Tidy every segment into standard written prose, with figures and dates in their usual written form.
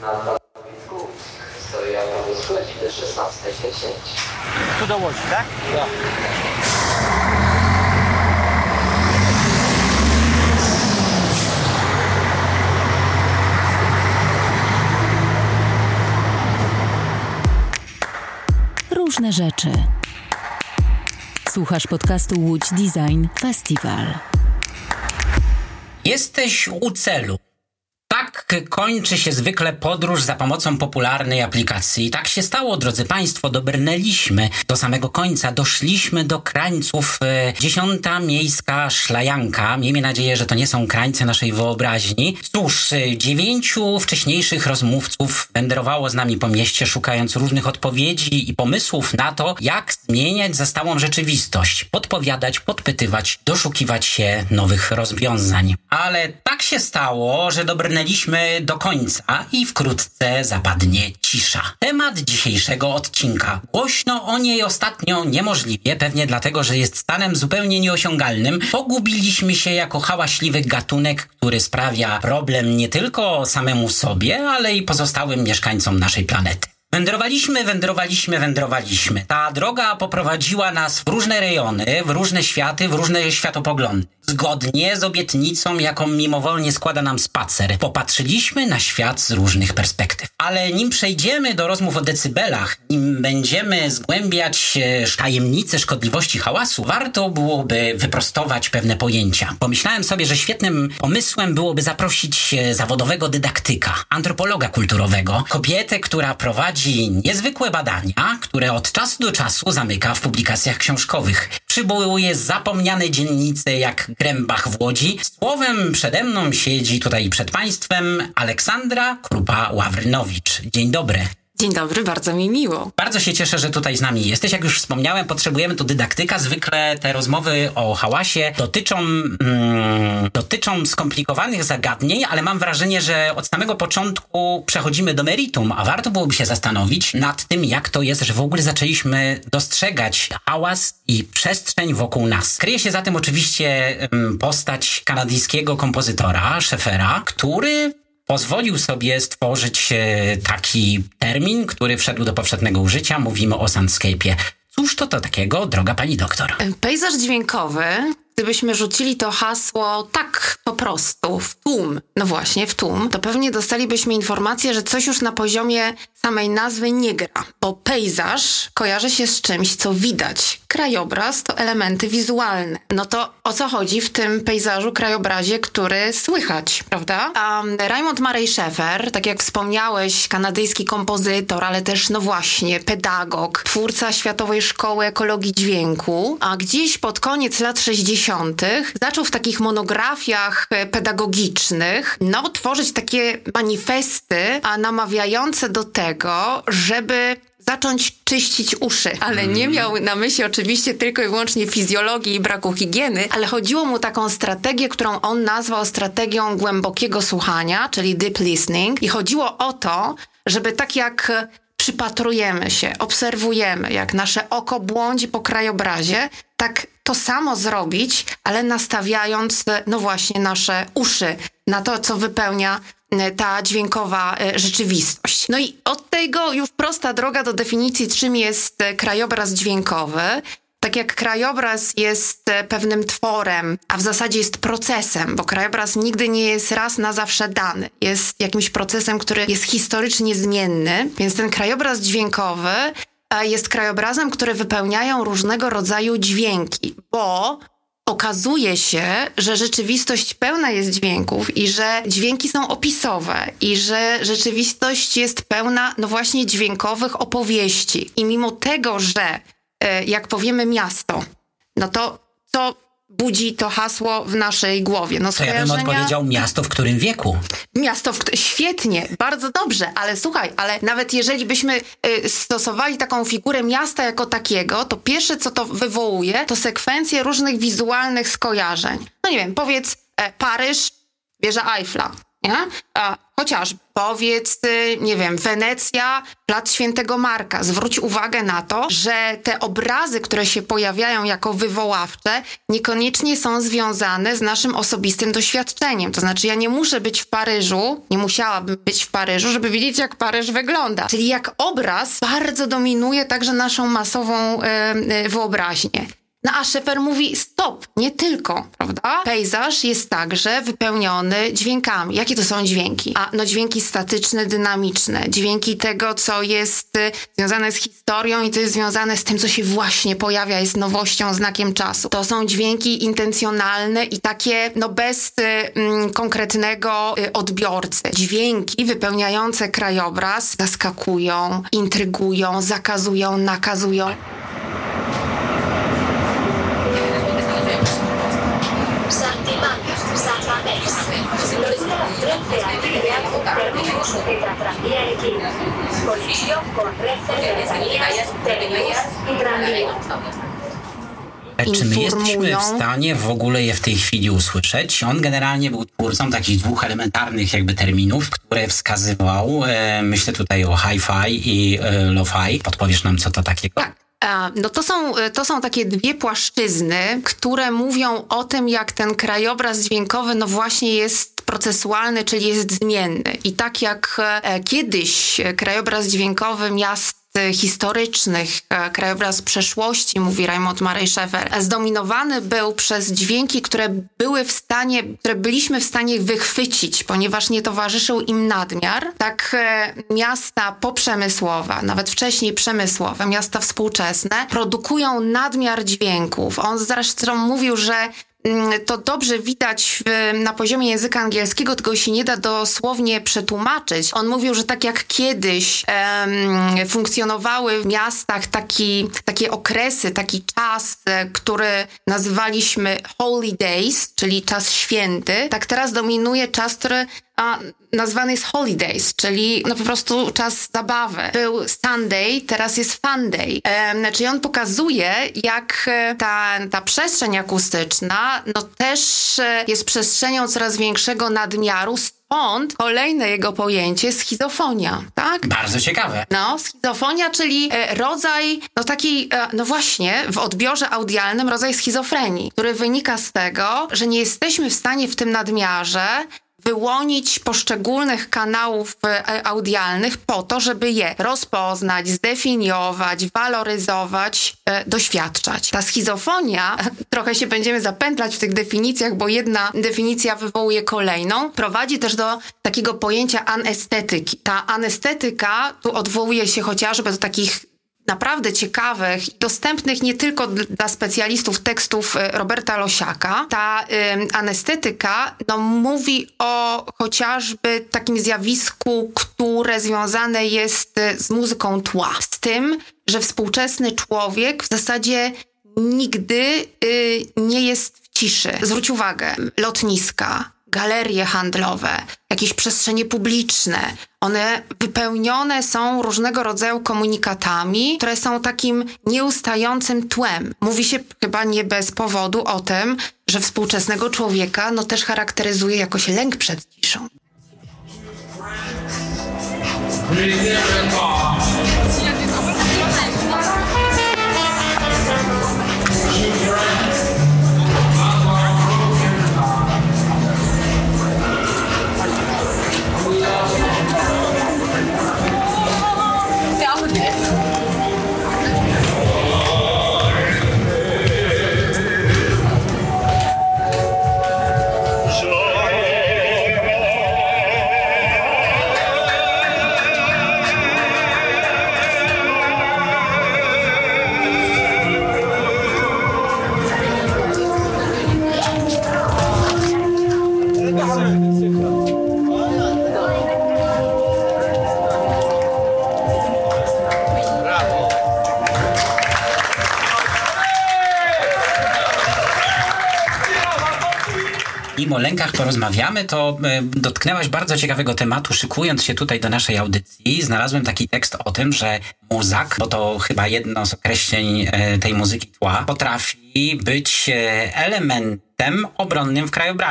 Na stanowisku stoi autobus godziny 16:10. Tu do Łodzi, tak? Ja. Różne rzeczy. Słuchasz podcastu Łódź Design Festival. Jesteś u celu. Tak kończy się zwykle podróż za pomocą popularnej aplikacji. I tak się stało, drodzy Państwo, dobrnęliśmy do samego końca, doszliśmy do krańców 10. miejska szlajanka. Miejmy nadzieję, że to nie są krańce naszej wyobraźni. Cóż, 9 wcześniejszych rozmówców wędrowało z nami po mieście, szukając różnych odpowiedzi i pomysłów na to, jak zmieniać zastałą rzeczywistość, podpowiadać, podpytywać, doszukiwać się nowych rozwiązań. Ale tak się stało, że dobrnęliśmy do końca i wkrótce zapadnie cisza. Temat dzisiejszego odcinka. Głośno o niej ostatnio niemożliwie, pewnie dlatego, że jest stanem zupełnie nieosiągalnym. Pogubiliśmy się jako hałaśliwy gatunek, który sprawia problem nie tylko samemu sobie, ale i pozostałym mieszkańcom naszej planety. Wędrowaliśmy. Ta droga poprowadziła nas w różne rejony, w różne światy, w różne światopoglądy. Zgodnie z obietnicą, jaką mimowolnie składa nam spacer, popatrzyliśmy na świat z różnych perspektyw. Ale nim przejdziemy do rozmów o decybelach, nim będziemy zgłębiać tajemnice szkodliwości hałasu, warto byłoby wyprostować pewne pojęcia. Pomyślałem sobie, że świetnym pomysłem byłoby zaprosić zawodowego dydaktyka, antropologa kulturowego, kobietę, która prowadzi niezwykłe badania, które od czasu do czasu zamyka w publikacjach książkowych. Przywołuje zapomniane dzielnice jak Grębach w Łodzi. Słowem, przede mną siedzi tutaj przed Państwem Aleksandra Krupa-Ławrynowicz. Dzień dobry. Dzień dobry, bardzo mi miło. Bardzo się cieszę, że tutaj z nami jesteś. Jak już wspomniałem, potrzebujemy tu dydaktyka. Zwykle te rozmowy o hałasie dotyczą skomplikowanych zagadnień, ale mam wrażenie, że od samego początku przechodzimy do meritum, a warto byłoby się zastanowić nad tym, jak to jest, że w ogóle zaczęliśmy dostrzegać hałas i przestrzeń wokół nas. Kryje się za tym oczywiście postać kanadyjskiego kompozytora, Scheffera, który pozwolił sobie stworzyć taki termin, który wszedł do powszechnego użycia. Mówimy o soundscape'ie. Cóż to takiego, droga pani doktor? Pejzaż dźwiękowy, gdybyśmy rzucili to hasło tak po prostu, w tłum, no właśnie, w tłum, to pewnie dostalibyśmy informację, że coś już na poziomie samej nazwy nie gra. Bo pejzaż kojarzy się z czymś, co widać. Krajobraz to elementy wizualne. No to o co chodzi w tym pejzażu, krajobrazie, który słychać, prawda? Raymond Murray Scheffer, tak jak wspomniałeś, kanadyjski kompozytor, ale też, no właśnie, pedagog, twórca Światowej Szkoły Ekologii Dźwięku, a gdzieś pod koniec lat 60. zaczął w takich monografiach pedagogicznych, tworzyć takie manifesty, namawiające do tego, żeby zacząć czyścić uszy. Ale nie miał na myśli oczywiście tylko i wyłącznie fizjologii i braku higieny, ale chodziło mu taką strategię, którą on nazwał strategią głębokiego słuchania, czyli deep listening. I chodziło o to, żeby tak jak przypatrujemy się, obserwujemy, jak nasze oko błądzi po krajobrazie, tak to samo zrobić, ale nastawiając, no właśnie, nasze uszy na to, co wypełnia ta dźwiękowa rzeczywistość. No i od tego już prosta droga do definicji, czym jest krajobraz dźwiękowy. Tak jak krajobraz jest pewnym tworem, a w zasadzie jest procesem, bo krajobraz nigdy nie jest raz na zawsze dany. Jest jakimś procesem, który jest historycznie zmienny, więc ten krajobraz dźwiękowy jest krajobrazem, który wypełniają różnego rodzaju dźwięki, bo okazuje się, że rzeczywistość pełna jest dźwięków i że dźwięki są opisowe i że rzeczywistość jest pełna, no właśnie, dźwiękowych opowieści. I mimo tego, że jak powiemy miasto, no to co budzi to hasło w naszej głowie? No, to ja bym odpowiedział miasto w którym wieku? Świetnie, bardzo dobrze, ale słuchaj, ale nawet jeżeli byśmy stosowali taką figurę miasta jako takiego, to pierwsze, co to wywołuje, to sekwencje różnych wizualnych skojarzeń. No nie wiem, powiedz Paryż, wieża Eiffla. nie? Chociażby powiedz, nie wiem, Wenecja, Plac Świętego Marka. Zwróć uwagę na to, że te obrazy, które się pojawiają jako wywoławcze, niekoniecznie są związane z naszym osobistym doświadczeniem. To znaczy, ja nie muszę być w Paryżu, nie musiałabym być w Paryżu, żeby wiedzieć, jak Paryż wygląda. Czyli jak obraz bardzo dominuje także naszą masową wyobraźnię. No a Schaeffer mówi stop, nie tylko, prawda? Pejzaż jest także wypełniony dźwiękami. Jakie to są dźwięki? Dźwięki statyczne, dynamiczne. Dźwięki tego, co jest związane z historią i co jest związane z tym, co się właśnie pojawia, jest nowością, znakiem czasu. To są dźwięki intencjonalne i takie, bez konkretnego odbiorcy. Dźwięki wypełniające krajobraz zaskakują, intrygują, zakazują, nakazują. Czy my jesteśmy w stanie w ogóle je w tej chwili usłyszeć? On generalnie był twórcą takich dwóch elementarnych terminów, które wskazywał. Myślę tutaj o hi-fi i lo-fi. Podpowiesz nam, co to takiego? Tak. To są takie dwie płaszczyzny, które mówią o tym, jak ten krajobraz dźwiękowy właśnie jest procesualny, czyli jest zmienny. I tak jak kiedyś krajobraz dźwiękowy miast historycznych, krajobraz przeszłości, mówi Raymond Murray Schaeffer, zdominowany był przez dźwięki, które byliśmy w stanie wychwycić, ponieważ nie towarzyszył im nadmiar. Tak miasta poprzemysłowe, nawet wcześniej przemysłowe, miasta współczesne, produkują nadmiar dźwięków. On zresztą mówił, że to dobrze widać na poziomie języka angielskiego, tego się nie da dosłownie przetłumaczyć. On mówił, że tak jak kiedyś funkcjonowały w miastach takie okresy, taki czas, który nazywaliśmy holy days, czyli czas święty, tak teraz dominuje czas, który nazwany jest holidays, czyli po prostu czas zabawy. Był Sunday, teraz jest fun day. Czyli on pokazuje, jak ta przestrzeń akustyczna też jest przestrzenią coraz większego nadmiaru. Stąd kolejne jego pojęcie schizofonia, tak? Bardzo ciekawe. Schizofonia, czyli rodzaj, właśnie w odbiorze audialnym rodzaj schizofrenii, który wynika z tego, że nie jesteśmy w stanie w tym nadmiarze wyłonić poszczególnych kanałów audialnych po to, żeby je rozpoznać, zdefiniować, waloryzować, doświadczać. Ta schizofonia, trochę się będziemy zapętlać w tych definicjach, bo jedna definicja wywołuje kolejną, prowadzi też do takiego pojęcia anestetyki. Ta anestetyka tu odwołuje się chociażby do takich naprawdę ciekawych i dostępnych nie tylko dla specjalistów tekstów Roberta Losiaka. Ta anestetyka mówi o chociażby takim zjawisku, które związane jest z muzyką tła. Z tym, że współczesny człowiek w zasadzie nigdy nie jest w ciszy. Zwróć uwagę, lotniska, galerie handlowe, jakieś przestrzenie publiczne. One wypełnione są różnego rodzaju komunikatami, które są takim nieustającym tłem. Mówi się chyba nie bez powodu o tym, że współczesnego człowieka też charakteryzuje jakoś lęk przed ciszą. Nim o lękach porozmawiamy, to dotknęłaś bardzo ciekawego tematu, szykując się tutaj do naszej audycji. Znalazłem taki tekst o tym, że muzak, bo to chyba jedno z określeń tej muzyki tła, potrafi być elementem obronnym w krajobrazie.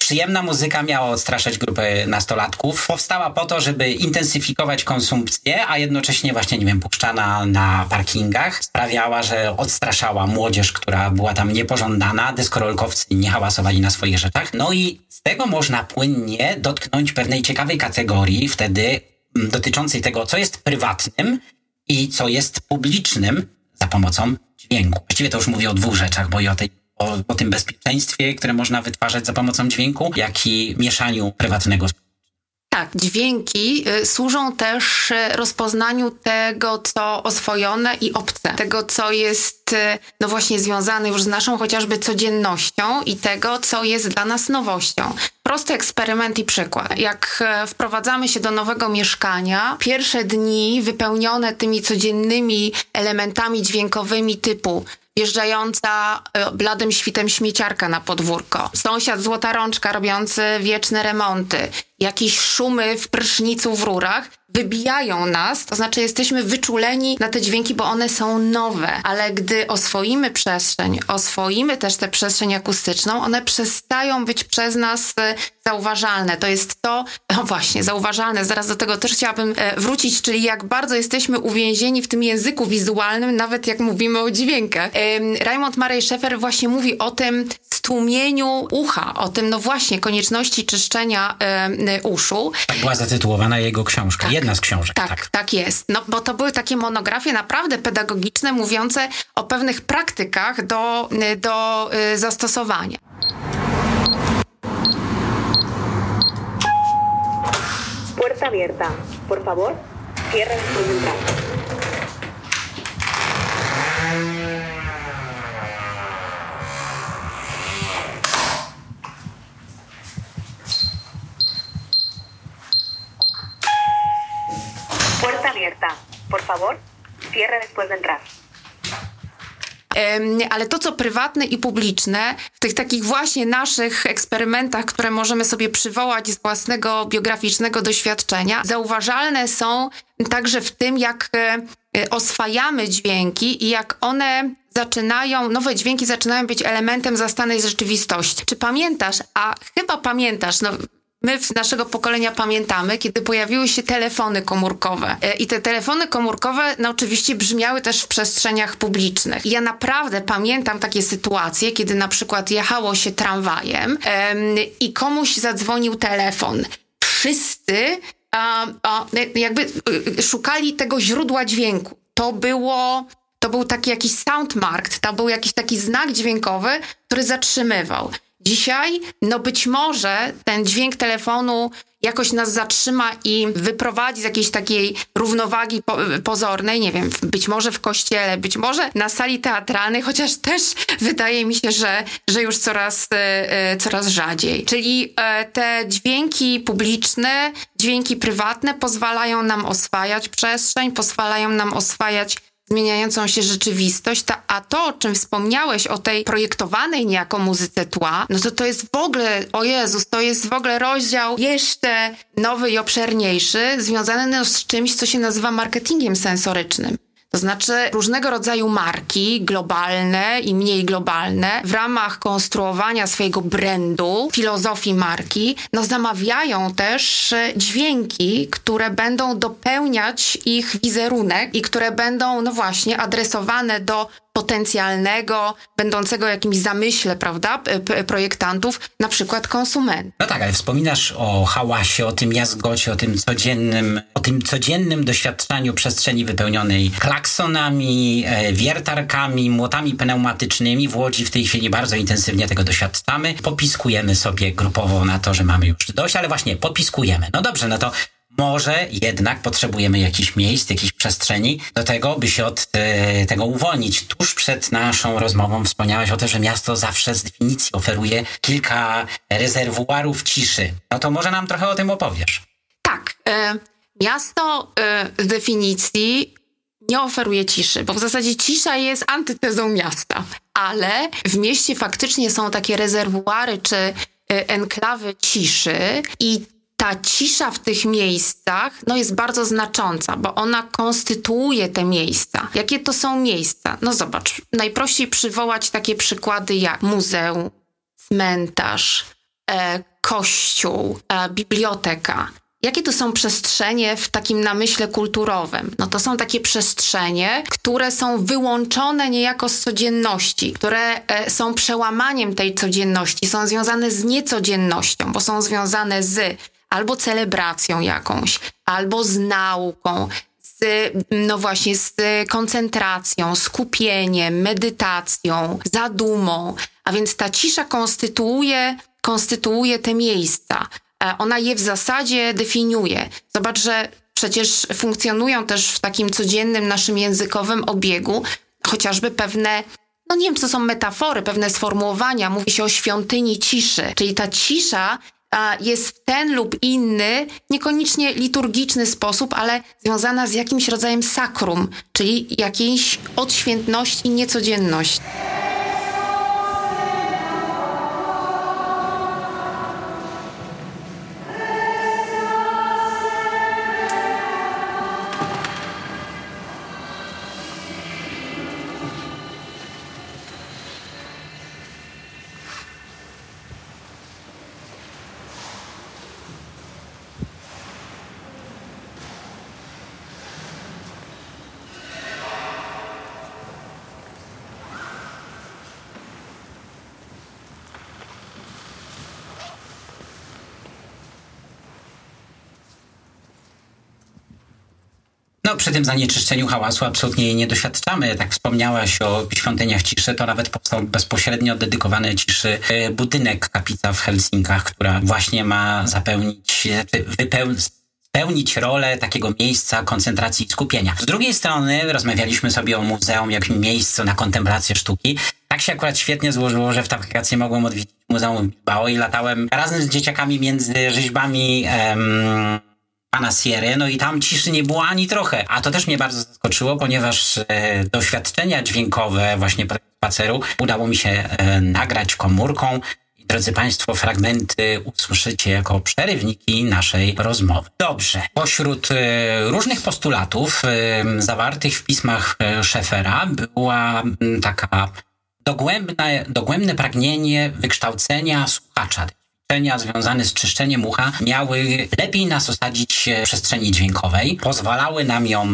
Przyjemna muzyka miała odstraszać grupę nastolatków. Powstała po to, żeby intensyfikować konsumpcję, a jednocześnie właśnie, nie wiem, puszczana na parkingach sprawiała, że odstraszała młodzież, która była tam niepożądana. Deskorolkowcy nie hałasowali na swoich rzeczach. No i z tego można płynnie dotknąć pewnej ciekawej kategorii wtedy dotyczącej tego, co jest prywatnym i co jest publicznym za pomocą dźwięku. Właściwie to już mówię o dwóch rzeczach, bo i o tym bezpieczeństwie, które można wytwarzać za pomocą dźwięku, jak i mieszaniu prywatnego. Tak, dźwięki służą też rozpoznaniu tego, co oswojone i obce. Tego, co jest no właśnie związane już z naszą chociażby codziennością i tego, co jest dla nas nowością. Prosty eksperyment i przykład. Jak wprowadzamy się do nowego mieszkania, pierwsze dni wypełnione tymi codziennymi elementami dźwiękowymi typu wjeżdżająca bladym świtem śmieciarka na podwórko, sąsiad złota rączka robiący wieczne remonty, jakieś szumy w prysznicu w rurach, wybijają nas, to znaczy jesteśmy wyczuleni na te dźwięki, bo one są nowe, ale gdy oswoimy przestrzeń, oswoimy też tę przestrzeń akustyczną, one przestają być przez nas zauważalne. To jest to, no właśnie, zauważalne, zaraz do tego też chciałabym wrócić, czyli jak bardzo jesteśmy uwięzieni w tym języku wizualnym, nawet jak mówimy o dźwiękach. Raymond Murray Schaeffer właśnie mówi o tym stłumieniu ucha, o tym, no właśnie, konieczności czyszczenia uszu. Tak była zatytułowana jego książka. Tak. Jedna z książek. Tak jest. No bo to były takie monografie naprawdę pedagogiczne, mówiące o pewnych praktykach do zastosowania. Puerta abierta. Por favor, cierre después de entrar. Puerta abierta. Por favor, cierre después de entrar. Ale to, co prywatne i publiczne, w tych takich właśnie naszych eksperymentach, które możemy sobie przywołać z własnego biograficznego doświadczenia, zauważalne są także w tym, jak oswajamy dźwięki i jak one nowe dźwięki zaczynają być elementem zastanej rzeczywistości. Czy pamiętasz, a chyba pamiętasz, no my z naszego pokolenia pamiętamy, kiedy pojawiły się telefony komórkowe. I te telefony komórkowe, no oczywiście brzmiały też w przestrzeniach publicznych. I ja naprawdę pamiętam takie sytuacje, kiedy na przykład jechało się tramwajem i komuś zadzwonił telefon. Wszyscy jakby szukali tego źródła dźwięku. To był taki jakiś soundmark, to był jakiś taki znak dźwiękowy, który zatrzymywał. Dzisiaj, no być może ten dźwięk telefonu jakoś nas zatrzyma i wyprowadzi z jakiejś takiej równowagi pozornej, nie wiem, być może w kościele, być może na sali teatralnej, chociaż też wydaje mi się, że już coraz rzadziej. Czyli te dźwięki publiczne, dźwięki prywatne pozwalają nam oswajać przestrzeń, pozwalają nam oswajać zmieniającą się rzeczywistość, a to, o czym wspomniałeś, o tej projektowanej niejako muzyce tła, no to jest w ogóle, o Jezus, to jest w ogóle rozdział jeszcze nowy i obszerniejszy, związany z czymś, co się nazywa marketingiem sensorycznym. To znaczy różnego rodzaju marki, globalne i mniej globalne, w ramach konstruowania swojego brandu, filozofii marki, no zamawiają też dźwięki, które będą dopełniać ich wizerunek i które będą, no właśnie, adresowane do potencjalnego, będącego jakimś zamyśle, prawda, projektantów, na przykład konsumentów. No tak, ale wspominasz o hałasie, o tym jazgocie, o tym codziennym doświadczaniu przestrzeni wypełnionej klaksonami, wiertarkami, młotami pneumatycznymi. W Łodzi w tej chwili bardzo intensywnie tego doświadczamy. Popiskujemy sobie grupowo na to, że mamy już dość, ale właśnie popiskujemy. No dobrze, no to może jednak potrzebujemy jakichś miejsc, jakichś przestrzeni do tego, by się od tego uwolnić. Tuż przed naszą rozmową wspomniałaś o tym, że miasto zawsze z definicji oferuje kilka rezerwuarów ciszy. No to może nam trochę o tym opowiesz. Tak. Miasto z definicji nie oferuje ciszy, bo w zasadzie cisza jest antytezą miasta. Ale w mieście faktycznie są takie rezerwuary czy enklawy ciszy i ta cisza w tych miejscach no jest bardzo znacząca, bo ona konstytuuje te miejsca. Jakie to są miejsca? No zobacz, najprościej przywołać takie przykłady jak muzeum, cmentarz, kościół, biblioteka. Jakie to są przestrzenie w takim namyśle kulturowym? No to są takie przestrzenie, które są wyłączone niejako z codzienności, które są przełamaniem tej codzienności, są związane z niecodziennością, bo są związane z albo celebracją jakąś, albo z nauką, z koncentracją, skupieniem, medytacją, zadumą. A więc ta cisza konstytuuje te miejsca. Ona je w zasadzie definiuje. Zobacz, że przecież funkcjonują też w takim codziennym naszym językowym obiegu chociażby pewne, no nie wiem, co są metafory, pewne sformułowania. Mówi się o świątyni ciszy. Czyli ta cisza jest w ten lub inny, niekoniecznie liturgiczny sposób, ale związana z jakimś rodzajem sakrum, czyli jakiejś odświętności i niecodzienności. No, przy tym zanieczyszczeniu hałasu absolutnie jej nie doświadczamy. Tak wspomniałaś o świątyniach ciszy, to nawet powstał bezpośrednio dedykowany ciszy budynek, kaplica w Helsinkach, która właśnie ma spełnić rolę takiego miejsca koncentracji i skupienia. Z drugiej strony rozmawialiśmy sobie o muzeum jak miejscu na kontemplację sztuki. Tak się akurat świetnie złożyło, że w te wakacje mogłem odwiedzić Muzeum w Bilbao i latałem razem z dzieciakami między rzeźbami pana Sierry, no i tam ciszy nie było ani trochę. A to też mnie bardzo zaskoczyło, ponieważ doświadczenia dźwiękowe właśnie po spaceru udało mi się nagrać komórką. I drodzy Państwo, fragmenty usłyszycie jako przerywniki naszej rozmowy. Dobrze. Pośród różnych postulatów zawartych w pismach Schäfera była taka dogłębne pragnienie wykształcenia słuchacza. Ćwiczenia związane z czyszczeniem ucha miały lepiej nas osadzić w przestrzeni dźwiękowej, pozwalały nam ją,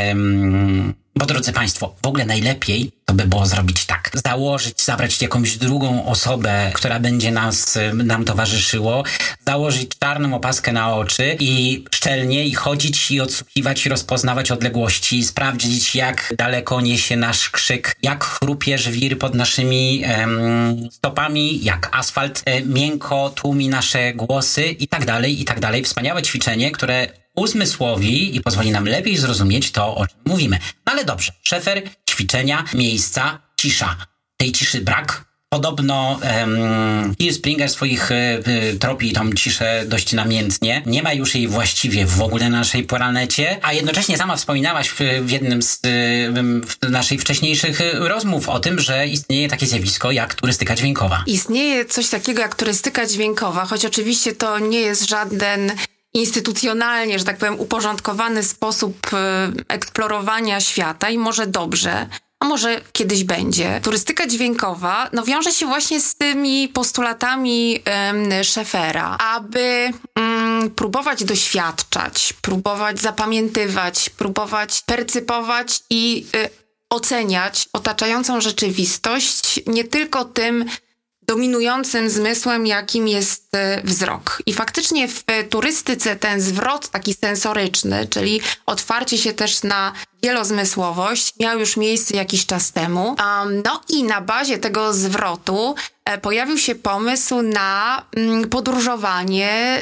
bo drodzy Państwo, w ogóle najlepiej to by było zrobić tak. Zabrać jakąś drugą osobę, która będzie nam towarzyszyło, założyć czarną opaskę na oczy i szczelnie i chodzić i odsłuchiwać i rozpoznawać odległości, sprawdzić jak daleko niesie nasz krzyk, jak chrupie żwir pod naszymi stopami, jak asfalt miękko tłumi nasze głosy i tak dalej, i tak dalej. Wspaniałe ćwiczenie, które uzmysłowi i pozwoli nam lepiej zrozumieć to, o czym mówimy. No ale dobrze, Schäfer, ćwiczenia, miejsca, cisza. Tej ciszy brak. Podobno Phil Springer swoich tropi tą ciszę dość namiętnie. Nie ma już jej właściwie w ogóle na naszej planecie, a jednocześnie sama wspominałaś w jednym z naszych wcześniejszych rozmów o tym, że istnieje takie zjawisko jak turystyka dźwiękowa. Istnieje coś takiego jak turystyka dźwiękowa, choć oczywiście to nie jest żaden instytucjonalnie, że tak powiem, uporządkowany sposób eksplorowania świata i może dobrze, a może kiedyś będzie. Turystyka dźwiękowa wiąże się właśnie z tymi postulatami Schäfera, aby próbować doświadczać, próbować zapamiętywać, próbować percypować i oceniać otaczającą rzeczywistość nie tylko tym dominującym zmysłem, jakim jest wzrok. I faktycznie w turystyce ten zwrot taki sensoryczny, czyli otwarcie się też na wielozmysłowość, miał już miejsce jakiś czas temu. No i na bazie tego zwrotu pojawił się pomysł na podróżowanie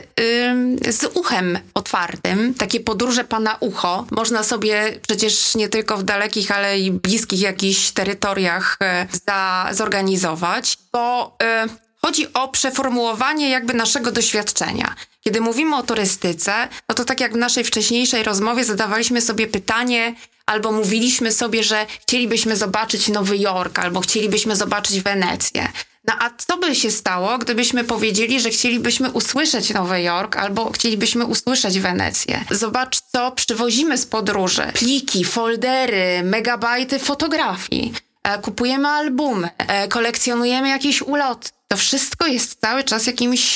z uchem otwartym. Takie podróże pana ucho. Można sobie przecież nie tylko w dalekich, ale i bliskich jakichś terytoriach zorganizować, bo chodzi o przeformułowanie jakby naszego doświadczenia. Kiedy mówimy o turystyce, no to tak jak w naszej wcześniejszej rozmowie zadawaliśmy sobie pytanie, albo mówiliśmy sobie, że chcielibyśmy zobaczyć Nowy Jork, albo chcielibyśmy zobaczyć Wenecję. No a co by się stało, gdybyśmy powiedzieli, że chcielibyśmy usłyszeć Nowy Jork, albo chcielibyśmy usłyszeć Wenecję? Zobacz, co przywozimy z podróży. Pliki, foldery, megabajty fotografii. Kupujemy albumy, kolekcjonujemy jakieś uloty. to wszystko jest cały czas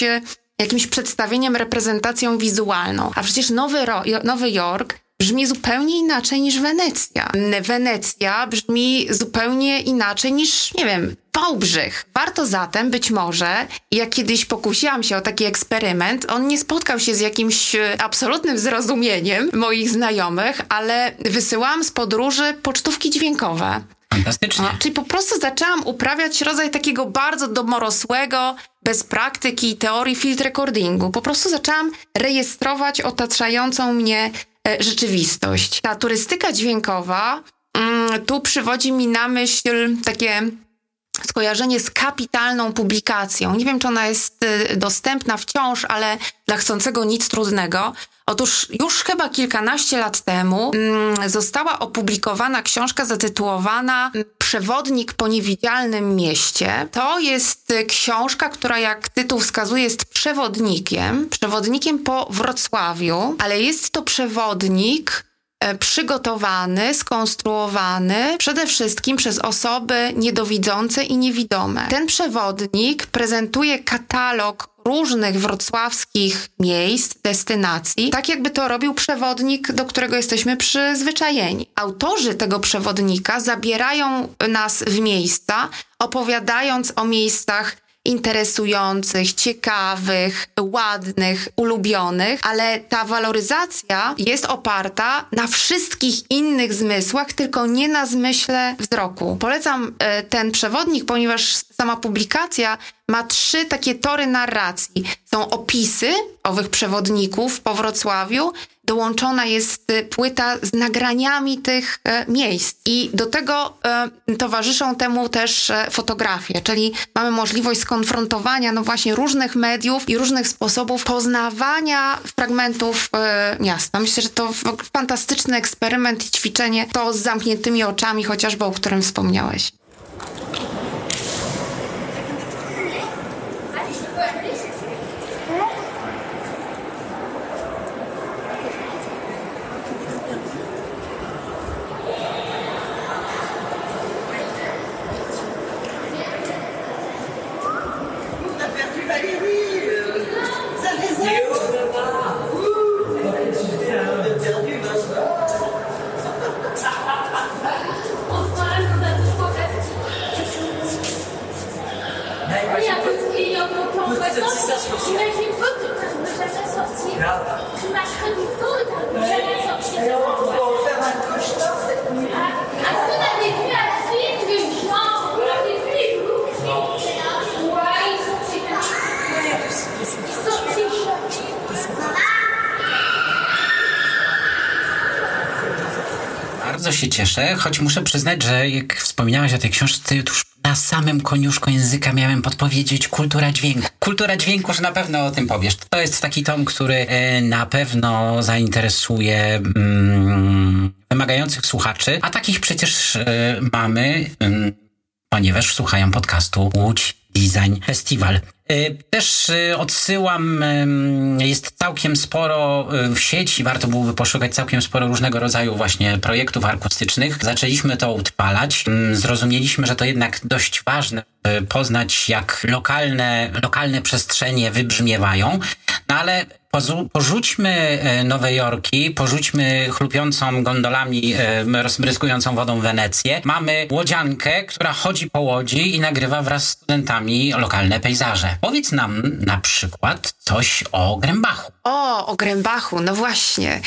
jakimś przedstawieniem, reprezentacją wizualną. A przecież Nowy Jork brzmi zupełnie inaczej niż Wenecja. Wenecja brzmi zupełnie inaczej niż, nie wiem, Wałbrzych. Warto zatem być może, jak kiedyś pokusiłam się o taki eksperyment, on nie spotkał się z jakimś absolutnym zrozumieniem moich znajomych, ale wysyłałam z podróży pocztówki dźwiękowe. Fantastycznie. Czyli po prostu zaczęłam uprawiać rodzaj takiego bardzo domorosłego, bez praktyki i teorii field recordingu. Po prostu zaczęłam rejestrować otaczającą mnie rzeczywistość. Ta turystyka dźwiękowa tu przywodzi mi na myśl takie skojarzenie z kapitalną publikacją. Nie wiem, czy ona jest dostępna wciąż, ale dla chcącego nic trudnego. Otóż już chyba kilkanaście lat temu została opublikowana książka zatytułowana Przewodnik po niewidzialnym mieście. To jest książka, która jak tytuł wskazuje jest przewodnikiem po Wrocławiu, ale jest to przewodnik przygotowany, skonstruowany przede wszystkim przez osoby niedowidzące i niewidome. Ten przewodnik prezentuje katalog różnych wrocławskich miejsc, destynacji, tak jakby to robił przewodnik, do którego jesteśmy przyzwyczajeni. Autorzy tego przewodnika zabierają nas w miejsca, opowiadając o miejscach interesujących, ciekawych, ładnych, ulubionych, ale ta waloryzacja jest oparta na wszystkich innych zmysłach, tylko nie na zmyśle wzroku. Polecam ten przewodnik, ponieważ sama publikacja ma 3 takie tory narracji. Są opisy owych przewodników po Wrocławiu, dołączona jest płyta z nagraniami tych miejsc i do tego towarzyszą temu też fotografie, czyli mamy możliwość skonfrontowania właśnie różnych mediów i różnych sposobów poznawania fragmentów miasta. Myślę, że to fantastyczny eksperyment i ćwiczenie to z zamkniętymi oczami, chociażby o którym wspomniałeś. Bardzo się cieszę, choć muszę przyznać, że jak wspominałaś o tej książce, już na samym koniuszku języka miałem podpowiedzieć kultura dźwięku. Kultura dźwięku, że na pewno o tym powiesz. To jest taki tom, który na pewno zainteresuje wymagających słuchaczy, a takich przecież mamy, ponieważ słuchają podcastu Łódź Design Festival. Też odsyłam, jest całkiem sporo w sieci, warto byłoby poszukać całkiem sporo różnego rodzaju właśnie projektów akustycznych. Zaczęliśmy to utrwalać, zrozumieliśmy, że to jednak dość ważne, by poznać jak lokalne przestrzenie wybrzmiewają, no ale porzućmy Nowe Jorki, porzućmy chlupiącą gondolami, rozbryskującą wodą Wenecję. Mamy łodziankę, która chodzi po łodzi i nagrywa wraz z studentami lokalne pejzaże. Powiedz nam na przykład coś o Grębachu. O Grębachu, no właśnie.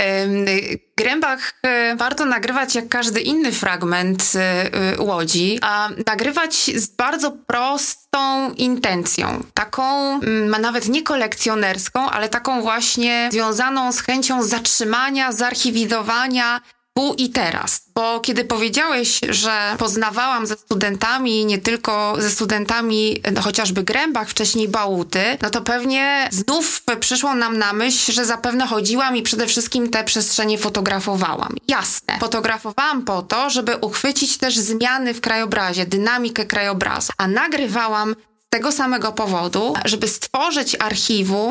Grębach warto nagrywać jak każdy inny fragment Łodzi, a nagrywać z bardzo prostą intencją. Taką, nawet nie kolekcjonerską, ale taką właśnie związaną z chęcią zatrzymania, zarchiwizowania tu i teraz. Bo kiedy powiedziałeś, że poznawałam ze studentami, nie tylko ze studentami chociażby Grębach, wcześniej Bałuty, no to pewnie znów przyszło nam na myśl, że zapewne chodziłam i przede wszystkim te przestrzenie fotografowałam. Jasne. Fotografowałam po to, żeby uchwycić też zmiany w krajobrazie, dynamikę krajobrazu. A nagrywałam z tego samego powodu, żeby stworzyć archiwum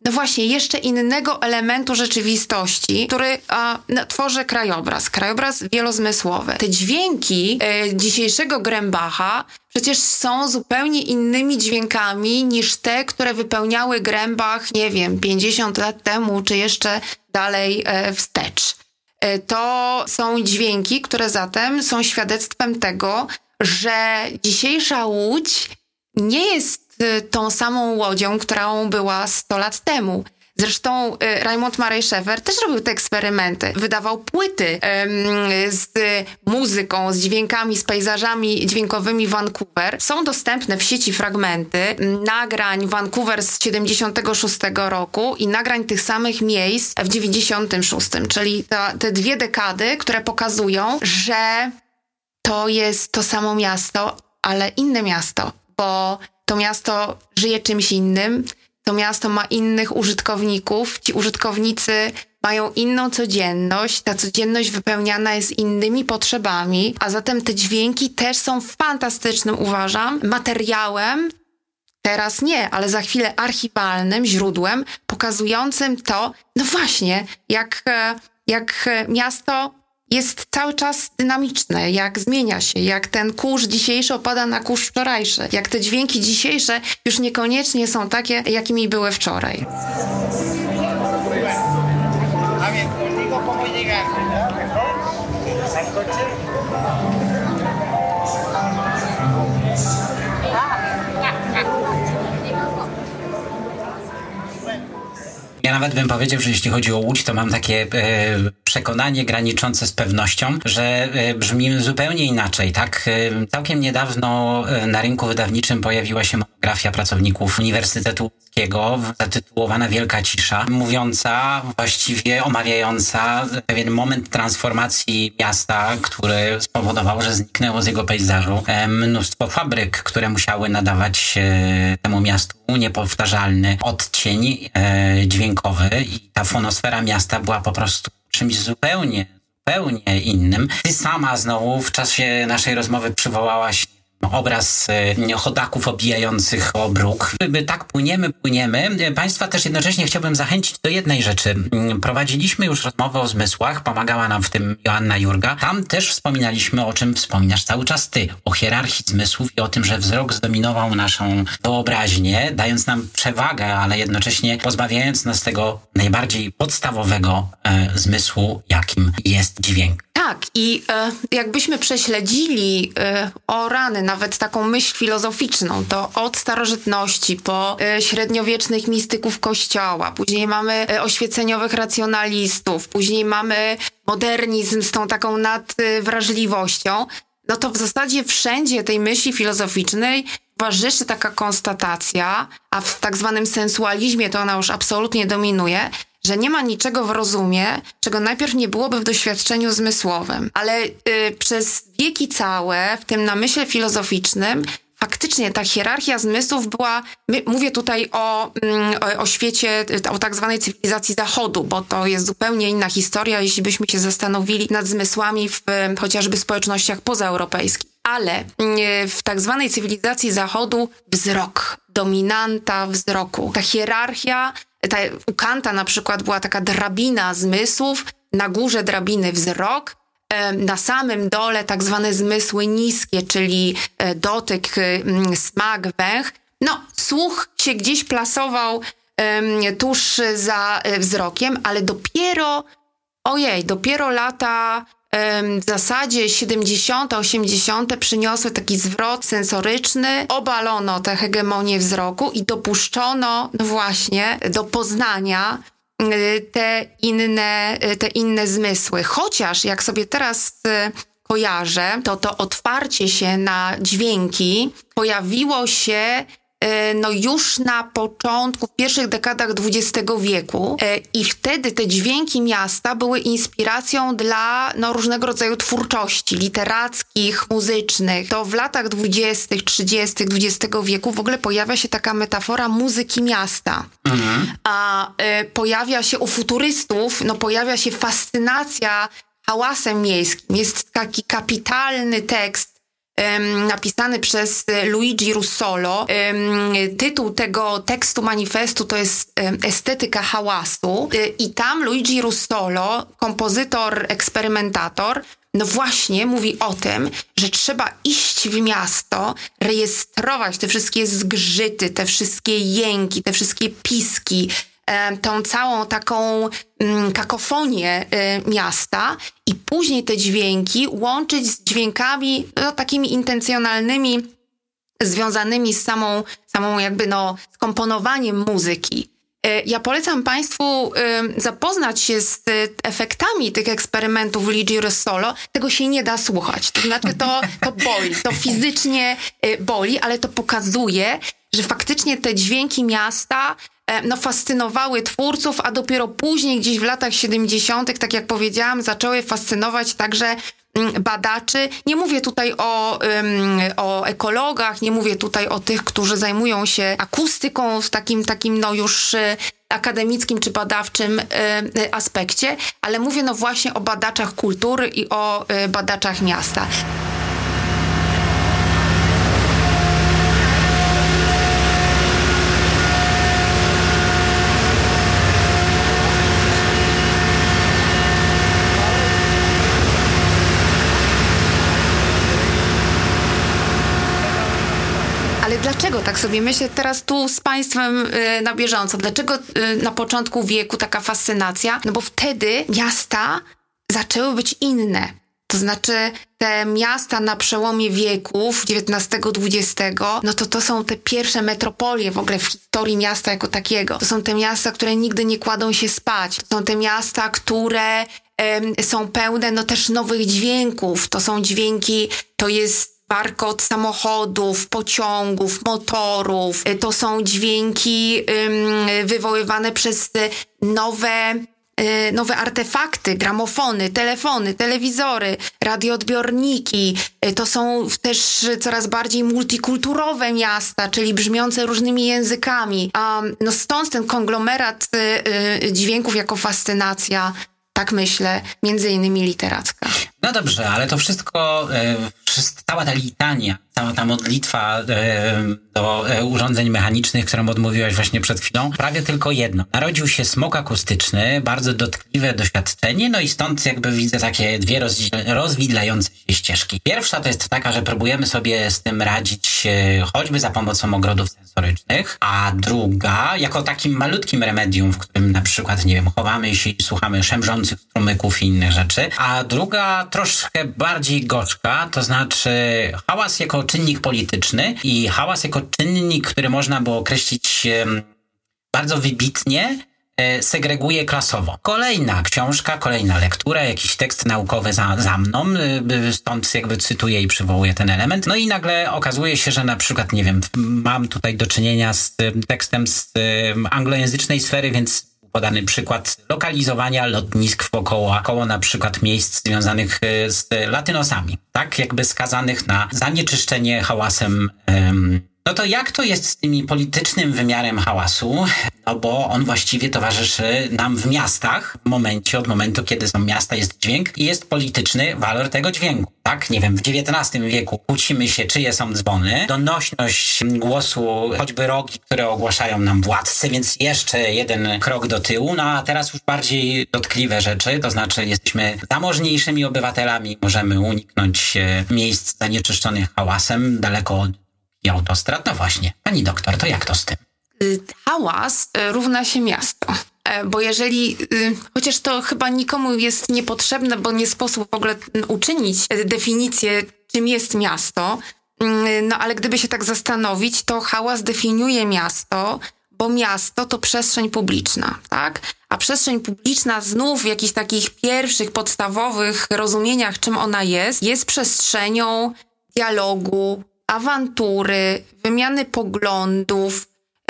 no właśnie, jeszcze innego elementu rzeczywistości, który tworzy krajobraz wielozmysłowy. Te dźwięki dzisiejszego Grębacha przecież są zupełnie innymi dźwiękami niż te, które wypełniały Grębach, nie wiem, 50 lat temu, czy jeszcze dalej wstecz. To są dźwięki, które zatem są świadectwem tego, że dzisiejsza Łódź nie jest tą samą łodzią, którą była 100 lat temu. Zresztą Raimund Marey Schaeffer też robił te eksperymenty. Wydawał płyty z muzyką, z dźwiękami, z pejzażami dźwiękowymi Vancouver. Są dostępne w sieci fragmenty nagrań Vancouver z 76 roku i nagrań tych samych miejsc w 96, czyli te 2 dekady, które pokazują, że to jest to samo miasto, ale inne miasto, bo to miasto żyje czymś innym, to miasto ma innych użytkowników, ci użytkownicy mają inną codzienność, ta codzienność wypełniana jest innymi potrzebami, a zatem te dźwięki też są fantastycznym, uważam, materiałem, teraz nie, ale za chwilę archiwalnym źródłem, pokazującym to, no właśnie, jak miasto jest cały czas dynamiczne, jak zmienia się, jak ten kurz dzisiejszy opada na kurz wczorajszy, jak te dźwięki dzisiejsze już niekoniecznie są takie, jakimi były wczoraj. Ja nawet bym powiedział, że jeśli chodzi o Łódź, to mam takie przekonanie graniczące z pewnością, że brzmi zupełnie inaczej, tak? Całkiem niedawno na rynku wydawniczym pojawiła się monografia pracowników Uniwersytetu Łódzkiego zatytułowana Wielka Cisza, mówiąca, właściwie omawiająca pewien moment transformacji miasta, który spowodował, że zniknęło z jego pejzażu mnóstwo fabryk, które musiały nadawać temu miastu niepowtarzalny odcień dźwiękowy i ta fonosfera miasta była po prostu czymś zupełnie innym. Ty sama znowu w czasie naszej rozmowy przywołałaś obraz chodaków obijających o bruk. Tak płyniemy. Państwa też jednocześnie chciałbym zachęcić do jednej rzeczy. Prowadziliśmy już rozmowę o zmysłach, pomagała nam w tym Joanna Jurga. Tam też wspominaliśmy, o czym wspominasz cały czas ty, o hierarchii zmysłów i o tym, że wzrok zdominował naszą wyobraźnię, dając nam przewagę, ale jednocześnie pozbawiając nas tego najbardziej podstawowego zmysłu, jakim jest dźwięk. Tak, i jakbyśmy prześledzili o rany, nawet taką myśl filozoficzną, to od starożytności po średniowiecznych mistyków Kościoła, później mamy oświeceniowych racjonalistów, później mamy modernizm z tą taką nadwrażliwością, no to w zasadzie wszędzie tej myśli filozoficznej towarzyszy taka konstatacja, a w tak zwanym sensualizmie to ona już absolutnie dominuje, że nie ma niczego w rozumie, czego najpierw nie byłoby w doświadczeniu zmysłowym. Ale przez wieki całe, w tym namyśle filozoficznym, faktycznie ta hierarchia zmysłów była, mówię tutaj o świecie, o tak zwanej cywilizacji Zachodu, bo to jest zupełnie inna historia, jeśli byśmy się zastanowili nad zmysłami w chociażby społecznościach pozaeuropejskich. Ale w tak zwanej cywilizacji Zachodu wzrok, dominanta wzroku. Ta hierarchia, u Kanta na przykład była taka drabina zmysłów, na górze drabiny wzrok, na samym dole tak zwane zmysły niskie, czyli dotyk, smak, węch. No, słuch się gdzieś plasował tuż za wzrokiem, ale dopiero lata w zasadzie 70., 80. przyniosły taki zwrot sensoryczny, obalono tę hegemonię wzroku i dopuszczono właśnie do poznania te inne zmysły. Chociaż jak sobie teraz kojarzę, to otwarcie się na dźwięki pojawiło się już na początku, w pierwszych dekadach XX wieku i wtedy te dźwięki miasta były inspiracją dla różnego rodzaju twórczości literackich, muzycznych. To w latach 20., 30. XX wieku w ogóle pojawia się taka metafora muzyki miasta. A pojawia się u futurystów, pojawia się fascynacja hałasem miejskim. Jest taki kapitalny tekst napisany przez Luigi Russolo. Tytuł tego tekstu manifestu to jest Estetyka hałasu. I tam Luigi Russolo, kompozytor, eksperymentator, no właśnie mówi o tym, że trzeba iść w miasto, rejestrować te wszystkie zgrzyty, te wszystkie jęki, te wszystkie piski, tą całą taką kakofonię miasta i później te dźwięki łączyć z dźwiękami takimi intencjonalnymi, związanymi z samą jakby z komponowaniem muzyki. Ja polecam Państwu zapoznać się z efektami tych eksperymentów Luigi Russolo. Tego się nie da słuchać. To znaczy to boli, to fizycznie boli, ale to pokazuje, że faktycznie te dźwięki miasta fascynowały twórców, a dopiero później gdzieś w latach 70., tak jak powiedziałam, zaczęły fascynować także badaczy. Nie mówię tutaj o ekologach, nie mówię tutaj o tych, którzy zajmują się akustyką w takim już akademickim czy badawczym aspekcie, ale mówię właśnie o badaczach kultury i o badaczach miasta. Ale dlaczego, tak sobie myślę teraz tu z Państwem na bieżąco, dlaczego na początku wieku taka fascynacja? No bo wtedy miasta zaczęły być inne. To znaczy te miasta na przełomie wieków XIX-XX, to są te pierwsze metropolie w ogóle w historii miasta jako takiego. To są te miasta, które nigdy nie kładą się spać. To są te miasta, które są pełne też nowych dźwięków. To są dźwięki, to jest warkot samochodów, pociągów, motorów. To są dźwięki wywoływane przez nowe artefakty, gramofony, telefony, telewizory, radioodbiorniki. To są też coraz bardziej multikulturowe miasta, czyli brzmiące różnymi językami. Stąd ten konglomerat dźwięków jako fascynacja, tak myślę, między innymi literacka. No dobrze, ale to wszystko, cała ta litania, cała ta modlitwa do urządzeń mechanicznych, którą odmówiłaś właśnie przed chwilą, prawie tylko jedno. Narodził się smog akustyczny, bardzo dotkliwe doświadczenie, i stąd jakby widzę takie dwie rozwidlające się ścieżki. Pierwsza to jest taka, że próbujemy sobie z tym radzić choćby za pomocą ogrodów sensorycznych, a druga, jako takim malutkim remedium, w którym na przykład, chowamy się i słuchamy szemrzących strumyków i innych rzeczy, a druga troszkę bardziej gorzka, to znaczy hałas jako czynnik polityczny i hałas jako czynnik, który można by określić bardzo wybitnie, segreguje klasowo. Kolejna książka, kolejna lektura, jakiś tekst naukowy za mną, stąd jakby cytuję i przywołuję ten element. I nagle okazuje się, że na przykład, mam tutaj do czynienia z tekstem z anglojęzycznej sfery, więc podany przykład lokalizowania lotnisk koło na przykład miejsc związanych z latynosami, tak jakby skazanych na zanieczyszczenie hałasem. To jak to jest z tym politycznym wymiarem hałasu? Bo on właściwie towarzyszy nam w miastach od momentu, kiedy są miasta, jest dźwięk i jest polityczny walor tego dźwięku. Tak, w XIX wieku kłócimy się, czyje są dzwony, donośność głosu, choćby rogi, które ogłaszają nam władcy, więc jeszcze jeden krok do tyłu, a teraz już bardziej dotkliwe rzeczy, to znaczy jesteśmy zamożniejszymi obywatelami, możemy uniknąć miejsc zanieczyszczonych hałasem, daleko od autostrad. No właśnie, pani doktor, to jak to z tym? Hałas równa się miasto. Bo jeżeli, chociaż to chyba nikomu jest niepotrzebne, bo nie sposób w ogóle uczynić definicję, czym jest miasto, ale gdyby się tak zastanowić, to hałas definiuje miasto, bo miasto to przestrzeń publiczna, tak? A przestrzeń publiczna znów w jakichś takich pierwszych, podstawowych rozumieniach, czym ona jest przestrzenią dialogu, awantury, wymiany poglądów,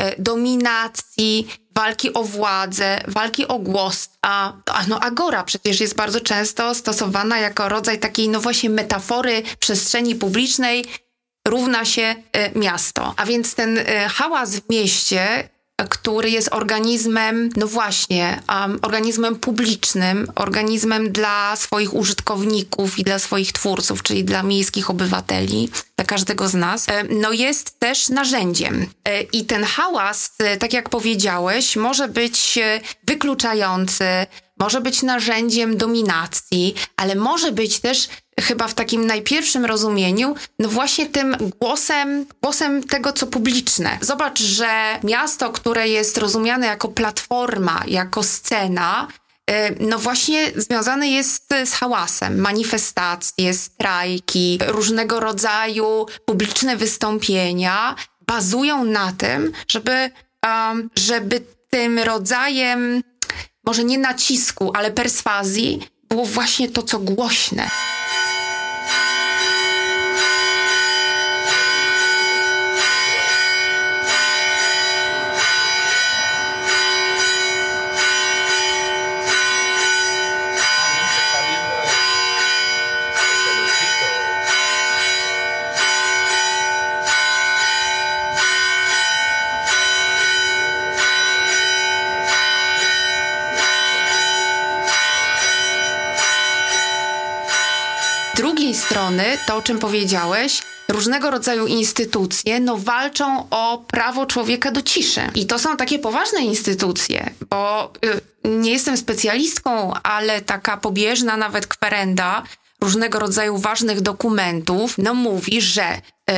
dominacji, walki o władzę, walki o głos. Agora przecież jest bardzo często stosowana jako rodzaj takiej właśnie metafory przestrzeni publicznej równa się miasto. A więc ten hałas w mieście który jest organizmem, no właśnie, organizmem publicznym, organizmem dla swoich użytkowników i dla swoich twórców, czyli dla miejskich obywateli, dla każdego z nas, no jest też narzędziem. I ten hałas, tak jak powiedziałeś, może być wykluczający, może być narzędziem dominacji, ale może być też chyba w takim najpierwszym rozumieniu, no właśnie tym głosem tego, co publiczne. Zobacz, że miasto, które jest rozumiane jako platforma, jako scena, no właśnie związane jest z hałasem. Manifestacje, strajki, różnego rodzaju publiczne wystąpienia bazują na tym, żeby tym rodzajem, może nie nacisku, ale perswazji było właśnie to, co głośne. Z drugiej strony, to o czym powiedziałeś, różnego rodzaju instytucje walczą o prawo człowieka do ciszy. I to są takie poważne instytucje, bo nie jestem specjalistką, ale taka pobieżna nawet kwerenda różnego rodzaju ważnych dokumentów mówi, że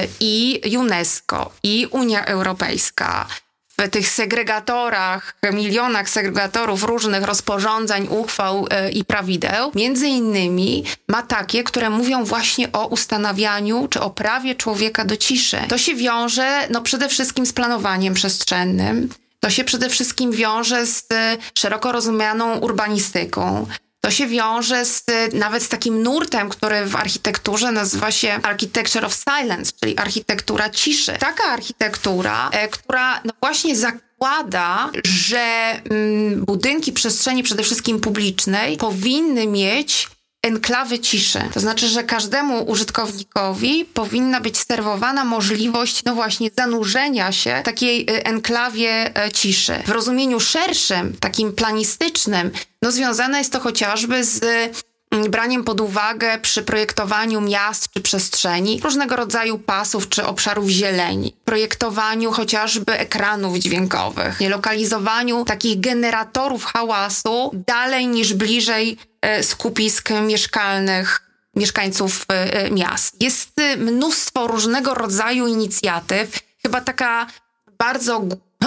i UNESCO, i Unia Europejska w tych segregatorach, milionach segregatorów różnych rozporządzeń, uchwał i prawideł, między innymi ma takie, które mówią właśnie o ustanawianiu czy o prawie człowieka do ciszy. To się wiąże przede wszystkim z planowaniem przestrzennym, to się przede wszystkim wiąże z szeroko rozumianą urbanistyką. To się wiąże nawet z takim nurtem, który w architekturze nazywa się Architecture of Silence, czyli architektura ciszy. Taka architektura, która właśnie zakłada, że budynki przestrzeni przede wszystkim publicznej powinny mieć enklawy ciszy. To znaczy, że każdemu użytkownikowi powinna być serwowana możliwość, właśnie zanurzenia się w takiej enklawie ciszy. W rozumieniu szerszym, takim planistycznym, związane jest to chociażby z braniem pod uwagę przy projektowaniu miast czy przestrzeni różnego rodzaju pasów czy obszarów zieleni, projektowaniu chociażby ekranów dźwiękowych, lokalizowaniu takich generatorów hałasu dalej niż bliżej skupisk mieszkalnych mieszkańców miast. Jest mnóstwo różnego rodzaju inicjatyw, chyba taka bardzo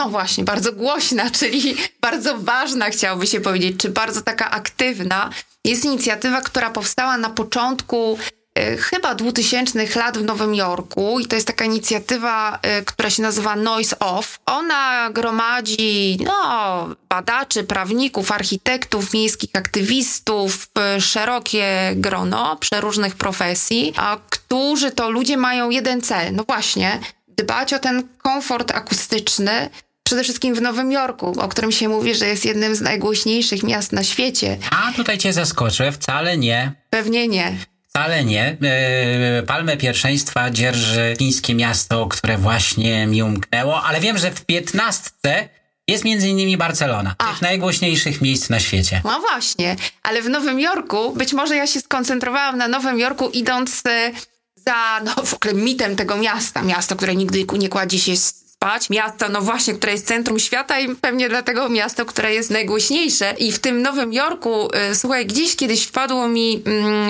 głośna, czyli bardzo ważna, chciałoby się powiedzieć, czy bardzo taka aktywna. Jest inicjatywa, która powstała na początku chyba 2000 lat w Nowym Jorku i to jest taka inicjatywa, która się nazywa Noise Off. Ona gromadzi badaczy, prawników, architektów, miejskich aktywistów, szerokie grono przeróżnych profesji, którzy to ludzie mają jeden cel, dbać o ten komfort akustyczny, przede wszystkim w Nowym Jorku, o którym się mówi, że jest jednym z najgłośniejszych miast na świecie. A tutaj cię zaskoczę, wcale nie. Pewnie nie. Wcale nie. Palmę pierwszeństwa dzierży chińskie miasto, które właśnie mi umknęło, ale wiem, że w 15 jest między innymi Barcelona, tych najgłośniejszych miejsc na świecie. No właśnie, ale w Nowym Jorku, być może ja się skoncentrowałam na Nowym Jorku, idąc za w ogóle mitem tego miasta. Miasto, które nigdy nie kładzie się spać. Miasto, które jest centrum świata i pewnie dlatego miasto, które jest najgłośniejsze. I w tym Nowym Jorku, słuchaj, gdzieś kiedyś wpadło mi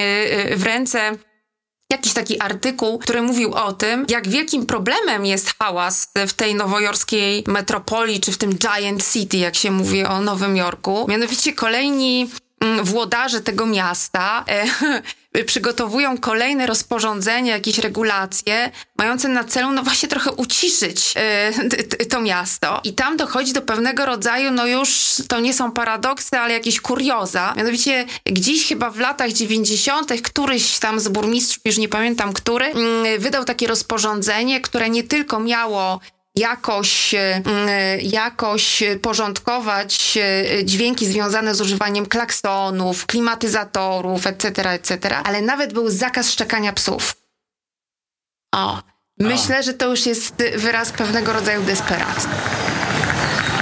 w ręce jakiś taki artykuł, który mówił o tym, jak wielkim problemem jest hałas w tej nowojorskiej metropolii, czy w tym Giant City, jak się mówi o Nowym Jorku. Mianowicie kolejni włodarze tego miasta przygotowują kolejne rozporządzenia, jakieś regulacje mające na celu właśnie trochę uciszyć to miasto. I tam dochodzi do pewnego rodzaju, już to nie są paradoksy, ale jakieś kurioza. Mianowicie gdzieś chyba w latach 90. któryś tam z burmistrzów, już nie pamiętam który, wydał takie rozporządzenie, które nie tylko miało jakoś porządkować dźwięki związane z używaniem klaksonów, klimatyzatorów, etc., ale nawet był zakaz szczekania psów. Myślę, że to już jest wyraz pewnego rodzaju desperacji.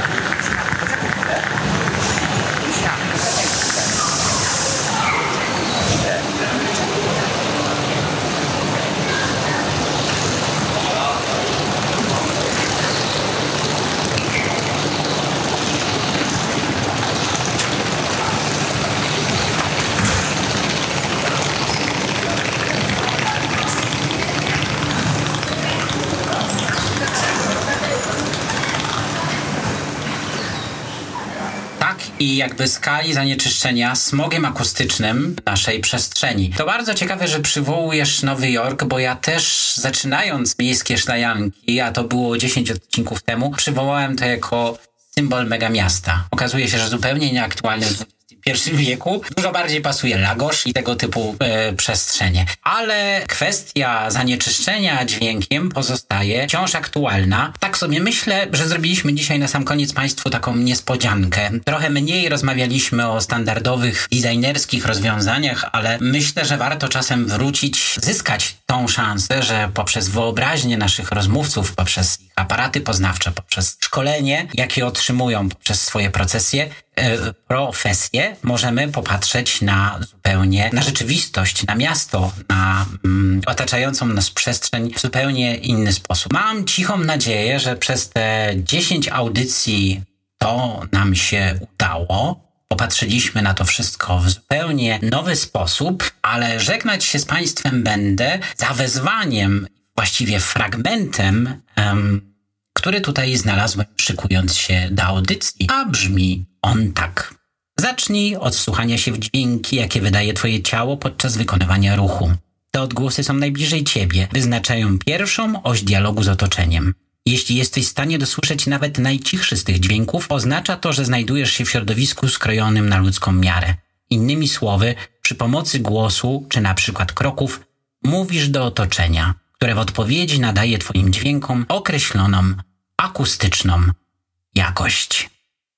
i jakby skali zanieczyszczenia smogiem akustycznym naszej przestrzeni. To bardzo ciekawe, że przywołujesz Nowy Jork, bo ja też zaczynając Miejskie Szlajanki, a to było 10 odcinków temu, przywołałem to jako symbol megamiasta. Okazuje się, że zupełnie nieaktualny w XXI wieku. Dużo bardziej pasuje Lagos i tego typu przestrzenie. Ale kwestia zanieczyszczenia dźwiękiem pozostaje wciąż aktualna. Tak sobie myślę, że zrobiliśmy dzisiaj na sam koniec Państwu taką niespodziankę. Trochę mniej rozmawialiśmy o standardowych, designerskich rozwiązaniach, ale myślę, że warto czasem wrócić, zyskać tą szansę, że poprzez wyobraźnię naszych rozmówców, poprzez ich aparaty poznawcze, poprzez szkolenie, jakie otrzymują poprzez swoje profesje, możemy popatrzeć na rzeczywistość, na miasto, na otaczającą nas przestrzeń w zupełnie inny sposób. Mam cichą nadzieję, że przez te 10 audycji to nam się udało. Popatrzyliśmy na to wszystko w zupełnie nowy sposób, ale żegnać się z Państwem będę za wezwaniem, właściwie fragmentem, który tutaj znalazłem, szykując się do audycji, a brzmi on tak. Zacznij od wsłuchania się w dźwięki, jakie wydaje Twoje ciało podczas wykonywania ruchu. Te odgłosy są najbliżej Ciebie, wyznaczają pierwszą oś dialogu z otoczeniem. Jeśli jesteś w stanie dosłyszeć nawet najcichszy z tych dźwięków, oznacza to, że znajdujesz się w środowisku skrojonym na ludzką miarę. Innymi słowy, przy pomocy głosu, czy na przykład kroków, mówisz do otoczenia, które w odpowiedzi nadaje Twoim dźwiękom określoną, akustyczną jakość.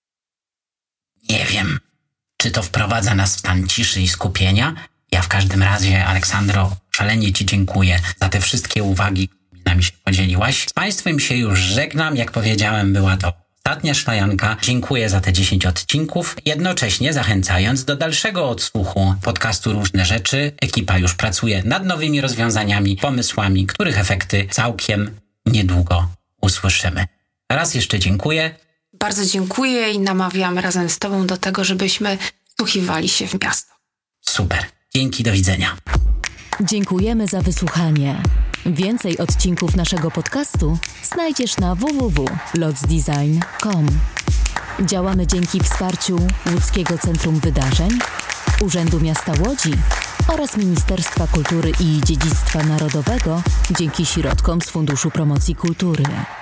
Nie wiem, czy to wprowadza nas w stan ciszy i skupienia. Ja w każdym razie, Aleksandro, szalenie Ci dziękuję za te wszystkie uwagi, którymi z nami się podzieliłaś. Z Państwem się już żegnam. Jak powiedziałem, była to ostatnia szlajanka. Dziękuję za te 10 odcinków, jednocześnie zachęcając do dalszego odsłuchu podcastu Różne Rzeczy. Ekipa już pracuje nad nowymi rozwiązaniami, pomysłami, których efekty całkiem niedługo usłyszymy. Raz jeszcze dziękuję. Bardzo dziękuję i namawiam razem z Tobą do tego, żebyśmy wsłuchiwali się w miasto. Super. Dzięki, do widzenia. Dziękujemy za wysłuchanie. Więcej odcinków naszego podcastu znajdziesz na www.lotsdesign.com. Działamy dzięki wsparciu Łódzkiego Centrum Wydarzeń, Urzędu Miasta Łodzi oraz Ministerstwa Kultury i Dziedzictwa Narodowego dzięki środkom z Funduszu Promocji Kultury.